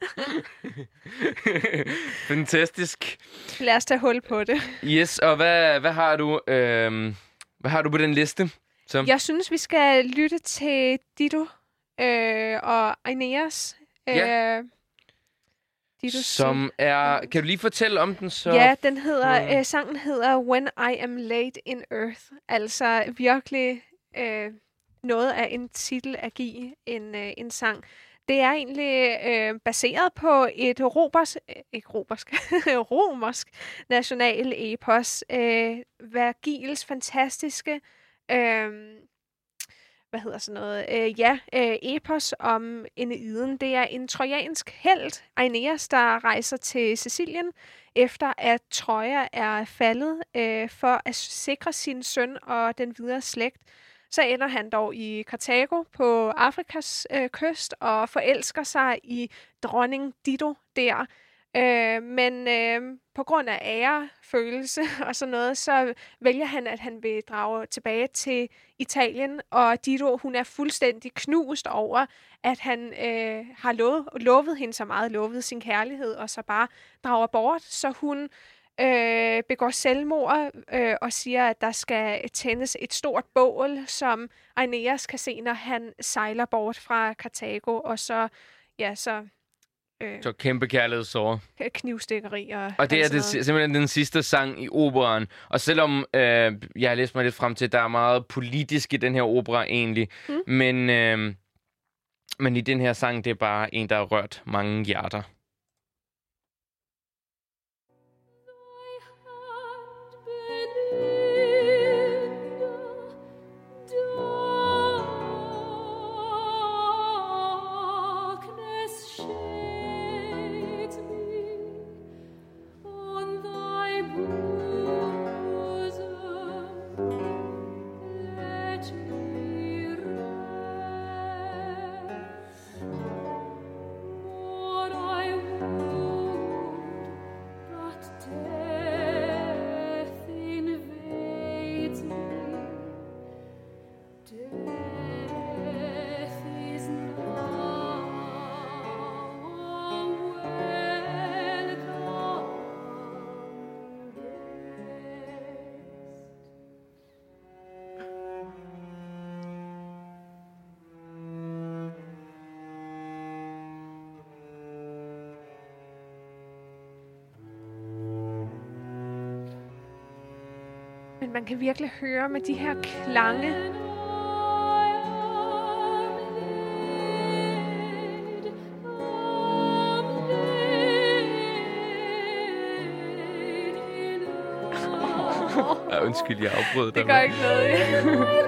Fantastisk. Lad os tage hul på det. Yes, og hvad, hvad har du øhm, hvad har du på den liste? Som? Jeg synes, vi skal lytte til Dido øh, og Aeneas. Øh, ja. Dido som er... Kan du lige fortælle om den så? Ja, den hedder, øh, sangen hedder When I Am Late in Earth. Altså virkelig øh, noget af en titel at give en, øh, en sang. Det er egentlig øh, baseret på et romersk, øh, ikke romersk, romersk national epos. Øh, Vergils fantastiske, øh, hvad hedder sådan noget, øh, ja, øh, epos om Eneiden. Det er en trojansk helt, Aeneas, der rejser til Sicilien, efter at Troja er faldet øh, for at sikre sin søn og den videre slægt. Så ender han dog i Karthago på Afrikas øh, kyst og forelsker sig i dronning Dido der. Øh, men øh, på grund af ærefølelse og sådan noget, så vælger han, at han vil drage tilbage til Italien. Og Dido, hun er fuldstændig knust over, at han øh, har lovet, lovet hende så meget, lovet sin kærlighed, og så bare drager bort. Så hun... Øh, begår selvmord øh, og siger, at der skal tændes et stort bål, som Aeneas kan se, når han sejler bort fra Karthago, og så, ja, så... Øh, så kæmpe kærlighedssorger. Knivstikkeri og... Og det er det, simpelthen den sidste sang i operaen. Og selvom øh, jeg har læst mig lidt frem til, at der er meget politisk i den her opera egentlig, mm. men, øh, men i den her sang, det er bare en, der har rørt mange hjerter. Men man kan virkelig høre med de her klange. Ja, undskyld, jeg afbrød dig. Det gør ikke noget.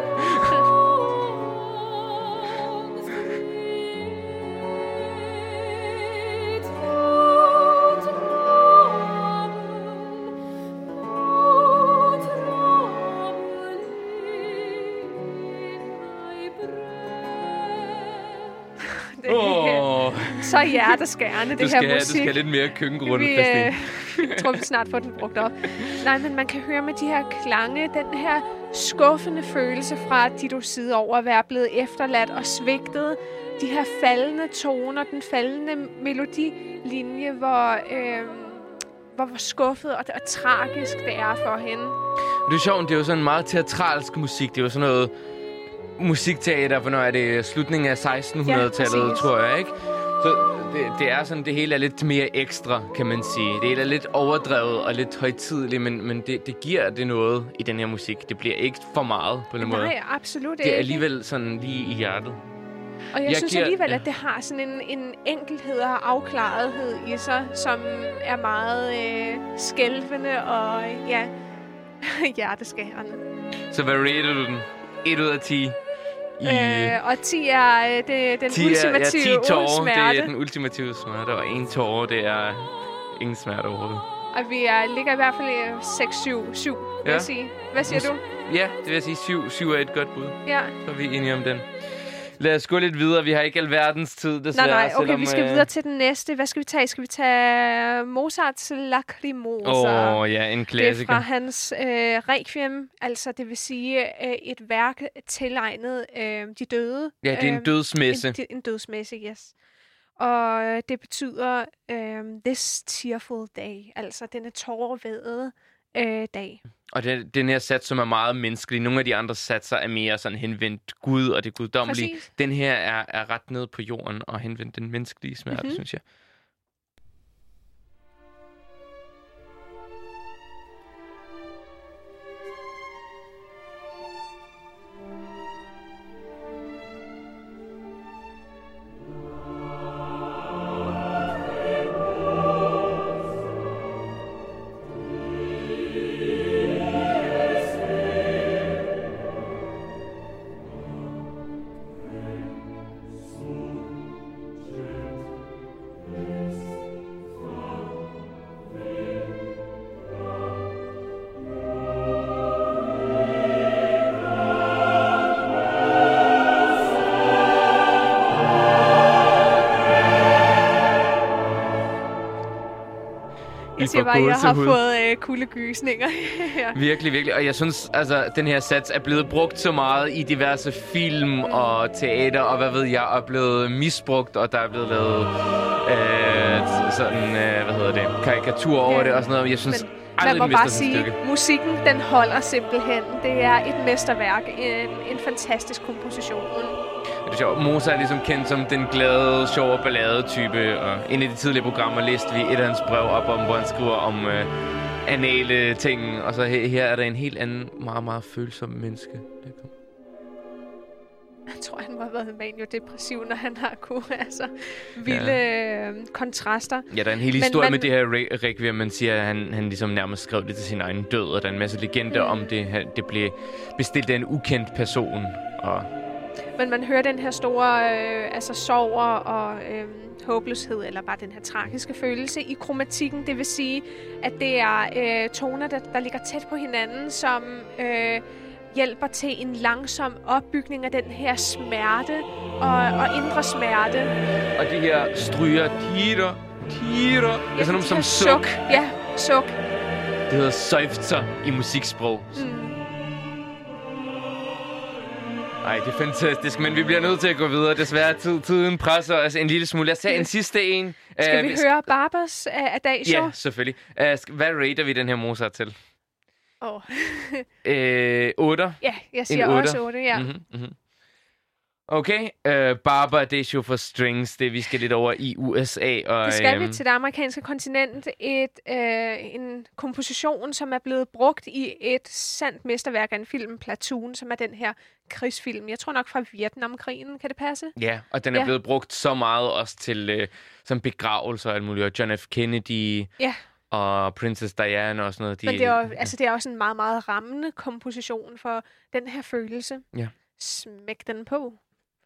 Så hjerteskærende, det skal her have, musik. Du skal have lidt mere køkkengrunde, vi, Christine. Øh, jeg tror, vi snart får den brugt op. Nej, men man kan høre med de her klange, den her skuffende følelse fra Didos side over at være blevet efterladt og svigtet. De her faldende toner, den faldende melodilinje, hvor, øh, hvor, hvor skuffet og, og tragisk det er for hende. Det er sjovt, det er jo sådan meget teatralsk musik. Det er jo sådan noget musikteater, hvornår er det slutningen af sekstenhundredetallet, ja, tror jeg, ikke? Så det, det er sådan, det hele er lidt mere ekstra, kan man sige. Det hele er lidt overdrevet og lidt højtideligt, men, men det, det giver det noget i den her musik. Det bliver ikke for meget på den måde. Nej, absolut ikke. Det er alligevel sådan lige i hjertet. Og jeg, jeg synes giver, alligevel, ja. at det har sådan en, en enkelhed og afklarethed i sig, som er meget øh, skælvende og ja, hjerteskærende. Så hvad rater du den? et ud af ti? I, øh, og ti er øh, det, den ti ultimative er, ja, ti tårer, smerte. Det er den ultimative smerte, og en tårer, det er ingen smerte overhovedet. Og vi er, ligger i hvert fald i seks syv syv, vil ja. jeg sige. Hvad siger du? Ja, det vil jeg sige. syv, syv er et godt bud. Ja. Så er vi enige om den. Lad os gå lidt videre. Vi har ikke alverdens tid, desværre. Nej, nej. Okay, selvom, vi skal videre til den næste. Hvad skal vi tage? Skal vi tage Mozarts Lacrimosa? Åh, oh, ja, en klassiker. Det er fra hans øh, Requiem, altså det vil sige øh, et værk tilegnet øh, de døde. Ja, det er en dødsmesse. En, en dødsmesse, yes. Og øh, det betyder øh, this tearful day, altså denne tårevædede øh, dag. Og den, den her sats, som er meget menneskelig. Nogle af de andre satser er mere sådan henvendt Gud og det guddommelige. Præcis. Den her er, er ret nede på jorden og henvendt den menneskelige smerte, mm-hmm. synes jeg. Jeg siger bare, jeg har fået øh, kuldegysninger. Ja. Virkelig, virkelig. Og jeg synes, altså, den her sats er blevet brugt så meget i diverse film mm. og teater, og hvad ved jeg, er blevet misbrugt, og der er blevet lavet øh, sådan, øh, hvad hedder det, karikatur over ja. det og sådan noget. Jeg synes, men aldrig man må bare sige, stykke. musikken, den holder simpelthen. Det er et mesterværk, en, en fantastisk komposition. Det er sjovt. Mozart er ligesom kendt som den glade, sjove ballade-type, og en af de tidligere programmer læste vi et af hans brev op om, hvor han skriver om øh, anale ting, og så her, her er der en helt anden, meget, meget følsom menneske. Jeg tror, han må have været manio-depressiv, når han har kunnet, altså, vilde ja. øh, kontraster. Ja, der er en hel historie man, med det her re- Requiem. Man siger, at han, han ligesom nærmest skrev det til sin egen død, og der er en masse legender mm. om det. Det blev bestilt af en ukendt person, og... Men man hører den her store øh, altså sorg og øh, håbløshed, eller bare den her tragiske følelse i kromatikken. Det vil sige, at det er øh, toner, der, der ligger tæt på hinanden, som øh, hjælper til en langsom opbygning af den her smerte og, og indre smerte. Og de her stryger, tider, tider, ja, altså nogle som suk. suk. Ja, suk. Det hedder seufzer i musiksprog. Mm. Ej, det er fantastisk, men vi bliver nødt til at gå videre. Desværre, tid, tiden presser os en lille smule. Lad os tage en sidste en. Skal uh, vi sk- høre Barbers uh, Adagio? Ja, selvfølgelig. Uh, hvad rater vi den her Mozart til? Åh. Oh. uh, otter? Ja, jeg siger også otte, ja. Mm-hmm, mm-hmm. Okay, uh, Barber Adagio for strings, det vi skal lidt over i U S A. Og, det skal øhm, vi til det amerikanske kontinent. Et, øh, en komposition, som er blevet brugt i et sandt mesterværk af en film, Platoon, som er den her krigsfilm. Jeg tror nok fra Vietnamkrigen, kan det passe? Ja, og den er ja. blevet brugt så meget også til øh, som begravelser og alt muligt. Og John F. Kennedy ja. og Princess Diana og sådan noget. De, Men det er, jo, altså, det er også en meget, meget rammende komposition for den her følelse. Ja. Smæk den på.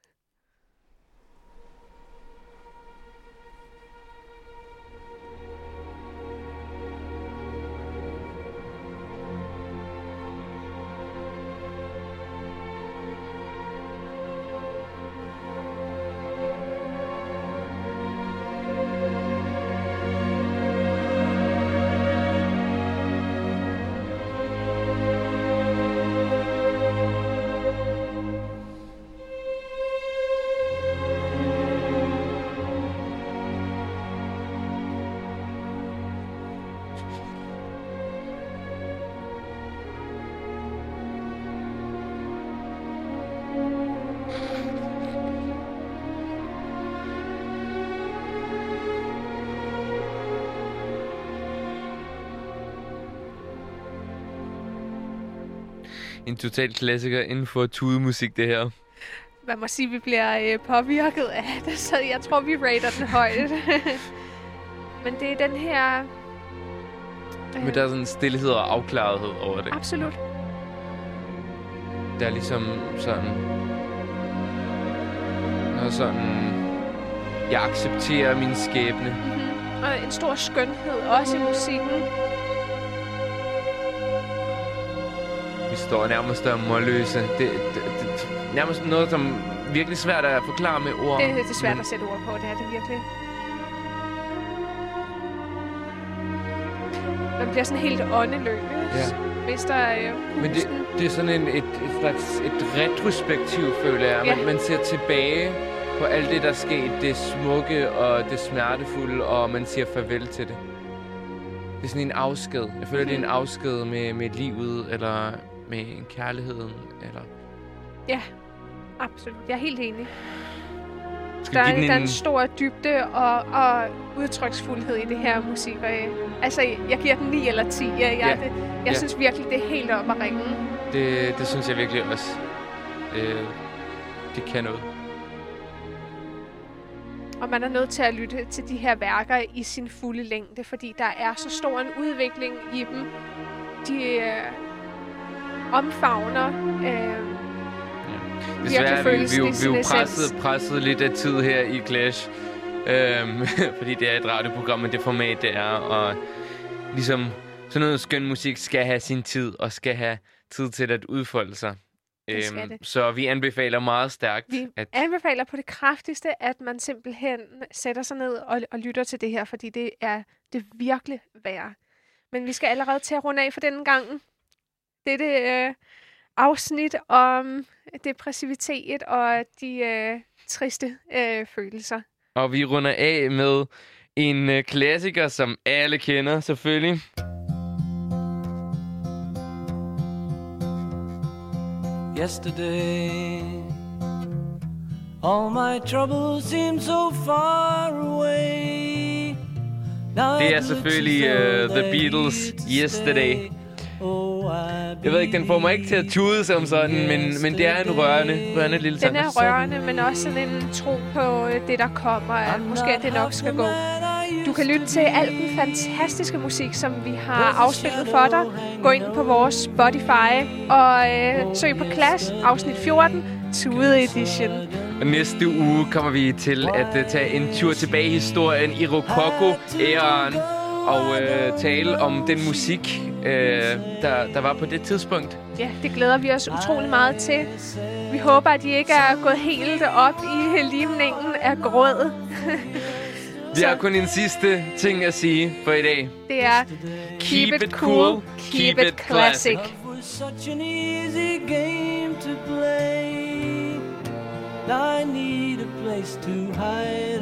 En total klassiker inden for tudemusik, det her. Man må sige, at vi bliver øh, påvirket af det, så jeg tror, vi rater den højt. Men det er den her... Øh, Men der er sådan en stillhed og afklarethed over det. Absolut. Der er ligesom sådan... Noget sådan... Jeg accepterer min skæbne. Mm-hmm. Og en stor skønhed, også i musikken. Vi står nærmest og målløse. Det, det, det, nærmest noget, som virkelig svært at forklare med ord. Det, det er svært Men... at sætte ord på, det er det virkelig. Man bliver sådan helt åndeløs. Ja. Mister øh, Men det, det er sådan en, et, et, slags, et retrospektiv, føler jeg. Ja. Man, man ser tilbage på alt det, der er sket. Det smukke og det smertefulde, og man siger farvel til det. Det er sådan en afsked. Jeg føler, mm. det er en afsked med, med livet, eller med kærligheden, eller... Ja, absolut. Jeg er helt enig. Skal der, er, en... der er en stor dybde og, og udtryksfuldhed i det her musik. Og, altså, jeg giver den ni eller ti. Jeg, jeg, ja. det, jeg ja. synes virkelig, det er helt op at ringe. Det, det synes jeg virkelig også. Det, det kan noget. Og man er nødt til at lytte til de her værker i sin fulde længde, fordi der er så stor en udvikling i dem. De øh, omfavner øh, ja. Desværre, vi, vi, vi, vi er jo presset, presset lidt af tid her i Clash. Øhm, fordi det er et radioprogram, men det format, det er. Og ligesom sådan noget skøn musik skal have sin tid, og skal have tid til at udfolde sig. Øhm, så vi anbefaler meget stærkt. Vi at anbefaler på det kraftigste, at man simpelthen sætter sig ned og, og lytter til det her, fordi det er det virkelig værd. Men vi skal allerede til at runde af for denne gang. Det er det øh, afsnit om depressivitet og de øh, triste øh, følelser. Og vi runder af med en øh, klassiker, som alle kender selvfølgelig. Yesterday, all my troubles seem so far away. Now det er selvfølgelig uh, The Beatles' Yesterday. Jeg ved ikke, den får mig ikke til at tude som sådan, men, men det er en rørende, rørende lille sang. Den er rørende, men også sådan en tro på det, der kommer, at måske at det nok skal gå. Du kan lytte til al den fantastiske musik, som vi har afspillet for dig. Gå ind på vores Spotify og øh, søg på Clash, afsnit fjorten, Tude Edition. Og næste uge kommer vi til at uh, tage en tur tilbage i historien i Rokoko-æraen og uh, tale om den musik, uh, der, der var på det tidspunkt. Ja, det glæder vi os utrolig meget til. Vi håber, at I ikke er gået helt op i limningen af grød. Vi har kun en sidste ting at sige for i dag. Det er keep, keep it cool, keep, keep it classic. Such an easy game to play. Now I need a place to hide